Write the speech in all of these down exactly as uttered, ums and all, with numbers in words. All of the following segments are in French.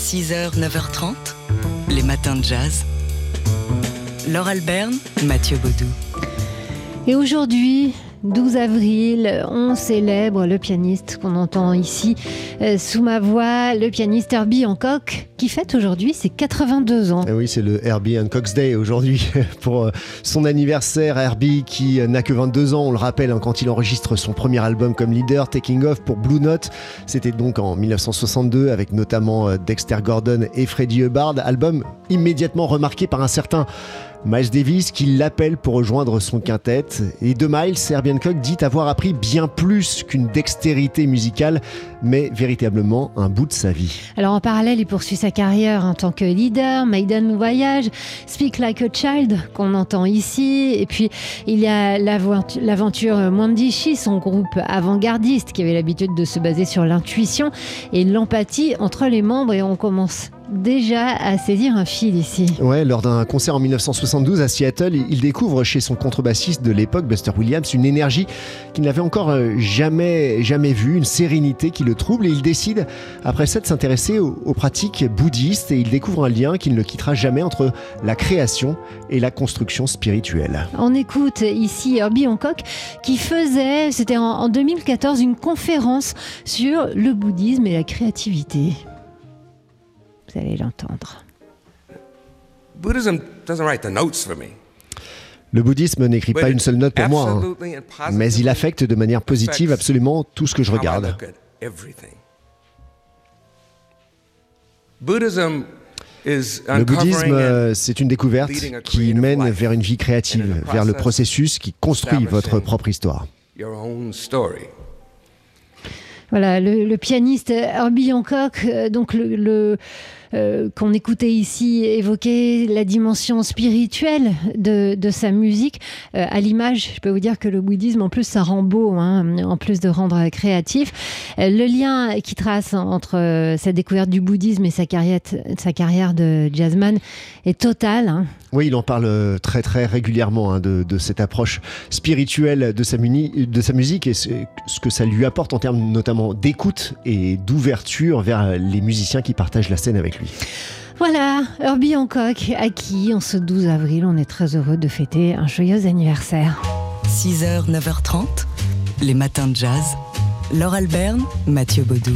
six heures, neuf heures trente, les matins de jazz. Laure Alberne, Mathieu Baudou. Et aujourd'hui, douze avril, on célèbre le pianiste qu'on entend ici euh, sous ma voix, le pianiste Herbie Hancock, qui fête aujourd'hui ses quatre-vingt-deux ans. Et oui, c'est le Herbie Hancock's Day aujourd'hui pour son anniversaire. Herbie qui n'a que vingt-deux ans, on le rappelle, hein, quand il enregistre son premier album comme leader, Taking Off pour Blue Note. C'était donc en dix-neuf cent soixante-deux avec notamment Dexter Gordon et Freddie Hubbard. Album immédiatement remarqué par un certain Miles Davis qui l'appelle pour rejoindre son quintet. Et de Miles, Herbie Hancock dit avoir appris bien plus qu'une dextérité musicale, mais véritablement un bout de sa vie. Alors en parallèle, il poursuit sa carrière en tant que leader, Maiden Voyage, Speak Like a Child qu'on entend ici. Et puis il y a l'aventure, l'aventure Mwandishi, son groupe avant-gardiste qui avait l'habitude de se baser sur l'intuition et l'empathie entre les membres. Et on commence déjà à saisir un fil ici. Ouais, lors d'un concert en dix-neuf cent soixante-douze à Seattle, il découvre chez son contrebassiste de l'époque, Buster Williams, une énergie qu'il n'avait encore jamais, jamais vue, une sérénité qui le trouble, et il décide après ça de s'intéresser aux, aux pratiques bouddhistes, et il découvre un lien qui ne le quittera jamais entre la création et la construction spirituelle. On écoute ici Herbie Hancock qui faisait, c'était en, en deux mille quatorze, une conférence sur le bouddhisme et la créativité. Vous allez l'entendre. Buddhism doesn't write the notes for me. Le bouddhisme n'écrit pas une seule note pour moi, hein, mais il affecte de manière positive absolument tout ce que je regarde. Le bouddhisme, c'est une découverte qui mène vers une vie créative, vers le processus qui construit votre propre histoire. Voilà, le, le pianiste Herbie Hancock, euh, donc le, le euh, qu'on écoutait ici évoquer la dimension spirituelle de, de sa musique. Euh, à l'image, je peux vous dire que le bouddhisme, en plus, ça rend beau, hein, en plus de rendre créatif. Euh, le lien qui trace entre euh, sa découverte du bouddhisme et sa carrière, sa carrière de jazzman est total. Hein. Oui, il en parle très très régulièrement, hein, de, de cette approche spirituelle de sa, muni, de sa musique et ce, ce que ça lui apporte en termes notamment d'écoute et d'ouverture vers les musiciens qui partagent la scène avec lui. Voilà, Herbie Hancock, à qui en ce douze avril, on est très heureux de fêter un joyeux anniversaire. six heures, neuf heures trente, les matins de jazz. Laure Alberne, Mathieu Baudou.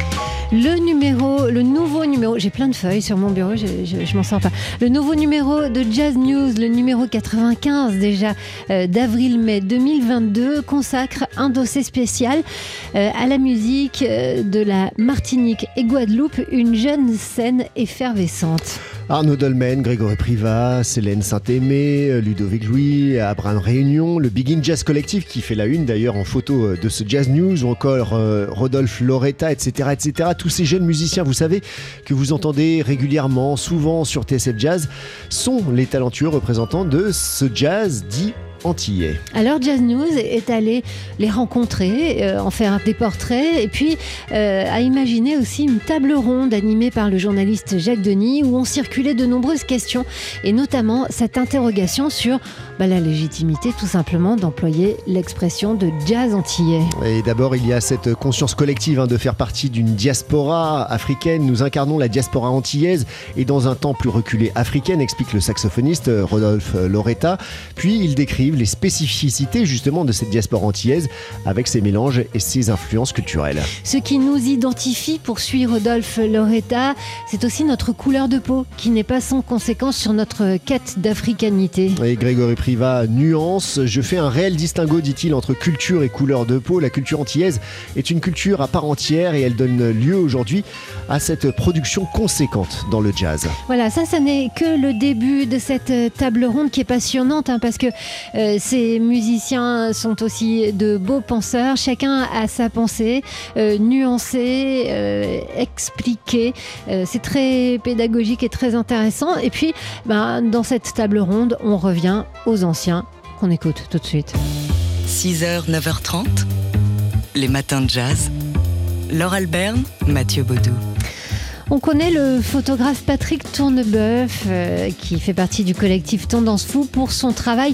Le numéro, le nouveau numéro, j'ai plein de feuilles sur mon bureau, je, je, je m'en sors pas. Le nouveau numéro de Jazz News, le numéro quatre-vingt-quinze déjà euh, d'avril-mai deux mille vingt-deux, consacre un dossier spécial euh, à la musique euh, de la Martinique et Guadeloupe, une jeune scène effervescente. Arnaud Dolmen, Grégory Privat, Célène Saint-Aimé, Ludovic Louis, Abraham Réunion, le Big In Jazz Collectif qui fait la une d'ailleurs en photo de ce Jazz News, ou encore euh, Rodolphe Loretta, et cetera, et cetera. Tous ces jeunes musiciens, vous savez, que vous entendez régulièrement, souvent sur T S F Jazz, sont les talentueux représentants de ce jazz dit antillais. Alors Jazz News est allé les rencontrer, euh, en faire des portraits, et puis euh, a imaginé aussi une table ronde animée par le journaliste Jacques Denis, où ont circulé de nombreuses questions, et notamment cette interrogation sur bah, la légitimité tout simplement d'employer l'expression de jazz antillais. Et d'abord, il y a cette conscience collective, hein, de faire partie d'une diaspora africaine. Nous incarnons la diaspora antillaise et dans un temps plus reculé africaine, explique le saxophoniste Rodolphe Loretta. Puis il décrive les spécificités justement de cette diaspora antillaise avec ses mélanges et ses influences culturelles. Ce qui nous identifie, poursuit Rodolphe Loretta, c'est aussi notre couleur de peau qui n'est pas sans conséquence sur notre quête d'africanité. Et Grégory Privat nuance, je fais un réel distinguo, dit-il, entre culture et couleur de peau. La culture antillaise est une culture à part entière et elle donne lieu aujourd'hui à cette production conséquente dans le jazz. Voilà, ça, ça n'est que le début de cette table ronde qui est passionnante, hein, parce que euh, ces musiciens sont aussi de beaux penseurs, chacun a sa pensée, euh, nuancée, euh, expliquée. Euh, c'est très pédagogique et très intéressant. Et puis, ben, dans cette table ronde, on revient aux anciens qu'on écoute tout de suite. six heures, neuf heures trente, les matins de jazz. Laure Alberne, Mathieu Baudou. On connaît le photographe Patrick Tourneboeuf, euh, qui fait partie du collectif Tendance Fou, pour son travail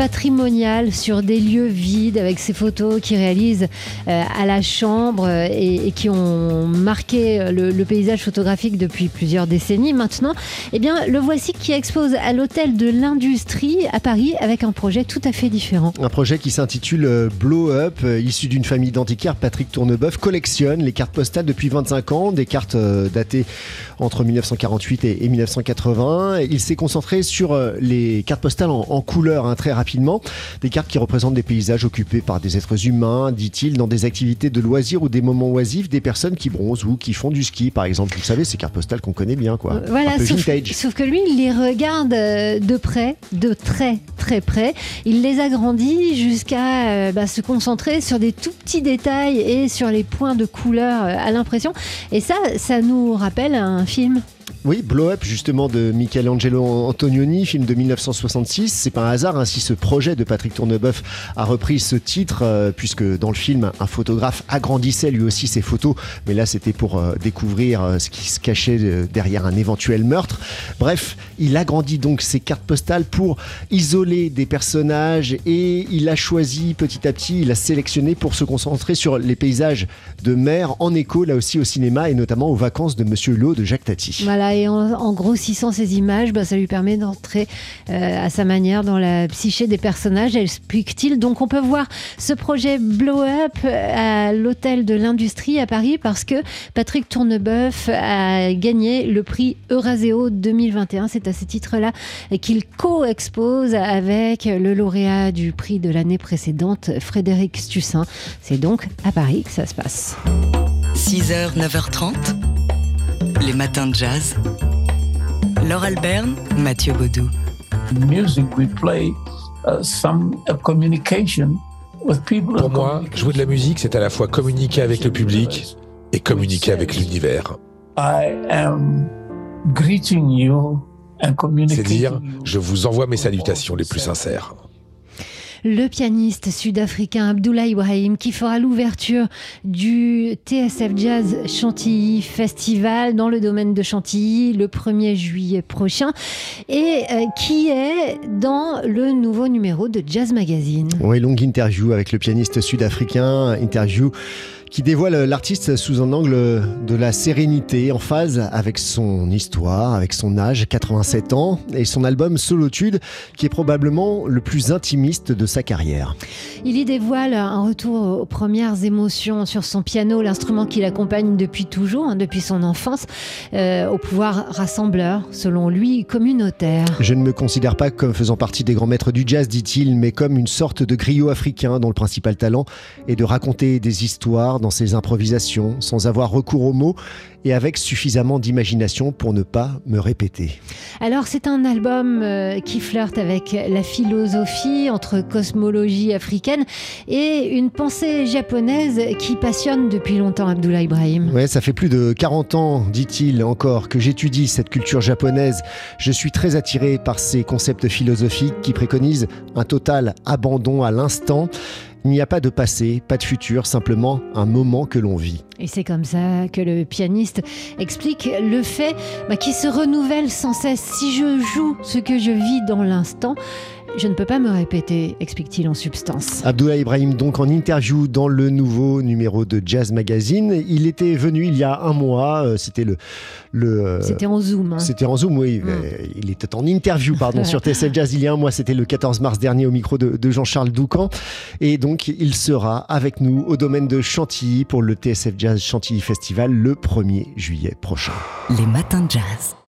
patrimonial sur des lieux vides avec ces photos qu'il réalise euh, à la chambre et, et qui ont marqué le, le paysage photographique depuis plusieurs décennies maintenant. Eh bien, le voici qui expose à l'hôtel de l'Industrie à Paris avec un projet tout à fait différent. Un projet qui s'intitule Blow Up, issu d'une famille d'antiquaires. Patrick Tourneboeuf collectionne les cartes postales depuis vingt-cinq ans, des cartes datées entre mille neuf cent quarante-huit et mille neuf cent quatre-vingts. Il s'est concentré sur les cartes postales en, en couleur hein, très rapidement. Des cartes qui représentent des paysages occupés par des êtres humains, dit-il, dans des activités de loisirs ou des moments oisifs, des personnes qui bronzent ou qui font du ski, par exemple. Vous savez, ces cartes postales qu'on connaît bien, quoi. Euh, voilà, un peu sauf, vintage. Sauf que lui, il les regarde de près, de très très près. Il les agrandit jusqu'à euh, bah, se concentrer sur des tout petits détails et sur les points de couleur euh, à l'impression. Et ça, ça nous rappelle un film. Oui, Blow Up, justement, de Michelangelo Antonioni, film de mille neuf cent soixante-six. C'est pas un hasard hein, si ce projet de Patrick Tourneboeuf a repris ce titre, euh, puisque dans le film, un photographe agrandissait lui aussi ses photos. Mais là, c'était pour euh, découvrir euh, ce qui se cachait euh, derrière un éventuel meurtre. Bref, il agrandit donc ses cartes postales pour isoler des personnages et il a choisi petit à petit, il a sélectionné pour se concentrer sur les paysages de mer en écho, là aussi au cinéma et notamment aux vacances de Monsieur Hulot de Jacques Tati. Voilà. Et en, en grossissant ces images, bah, ça lui permet d'entrer euh, à sa manière dans la psyché des personnages, explique-t-il. Donc on peut voir ce projet Blow Up à l'hôtel de l'Industrie à Paris parce que Patrick Tourneboeuf a gagné le prix Euraseo deux mille vingt et un. C'est à ce titre-là qu'il co-expose avec le lauréat du prix de l'année précédente, Frédéric Stussin. C'est donc à Paris que ça se passe. six heures, neuf heures trente. Les matins de jazz. Laure Alberne, Mathieu Baudou. Music, we play uh, some uh, communication with people. Pour moi, jouer de la musique, c'est à la fois communiquer avec le public et communiquer avec l'univers. I am greeting you and communicating. C'est dire, je vous envoie mes salutations les plus sincères. Le pianiste sud-africain Abdoulaye Ibrahim qui fera l'ouverture du T S F Jazz Chantilly Festival dans le domaine de Chantilly le premier juillet prochain et euh, qui est dans le nouveau numéro de Jazz Magazine. Oui, longue interview avec le pianiste sud-africain, interview qui dévoile l'artiste sous un angle de la sérénité, en phase avec son histoire, avec son âge, quatre-vingt-sept ans, et son album Solotude, qui est probablement le plus intimiste de sa carrière. Il y dévoile un retour aux premières émotions sur son piano, l'instrument qui l'accompagne depuis toujours, hein, depuis son enfance, euh, au pouvoir rassembleur, selon lui, communautaire. Je ne me considère pas comme faisant partie des grands maîtres du jazz, dit-il, mais comme une sorte de griot africain dont le principal talent est de raconter des histoires dans ses improvisations, sans avoir recours aux mots et avec suffisamment d'imagination pour ne pas me répéter. Alors c'est un album euh, qui flirte avec la philosophie, entre cosmologie africaine et une pensée japonaise qui passionne depuis longtemps Abdoulaye Ibrahim. Ouais, ça fait plus de quarante ans, dit-il encore, que j'étudie cette culture japonaise. Je suis très attiré par ces concepts philosophiques qui préconisent un total abandon à l'instant. Il n'y a pas de passé, pas de futur, simplement un moment que l'on vit. Et c'est comme ça que le pianiste explique le fait bah, qu'il se renouvelle sans cesse. Si je joue ce que je vis dans l'instant, je ne peux pas me répéter, explique-t-il en substance. Abdoulaye Ibrahim, donc en interview dans le nouveau numéro de Jazz Magazine. Il était venu il y a un mois, euh, c'était le... le c'était en Zoom. Hein. C'était en Zoom, oui. Mm. Euh, il était en interview, pardon, sur T S F Jazz il y a un mois. C'était le quatorze mars dernier au micro de, de Jean-Charles Doucan. Et donc, il sera avec nous au domaine de Chantilly pour le T S F Jazz Chantilly Festival le premier juillet prochain. Les matins de jazz.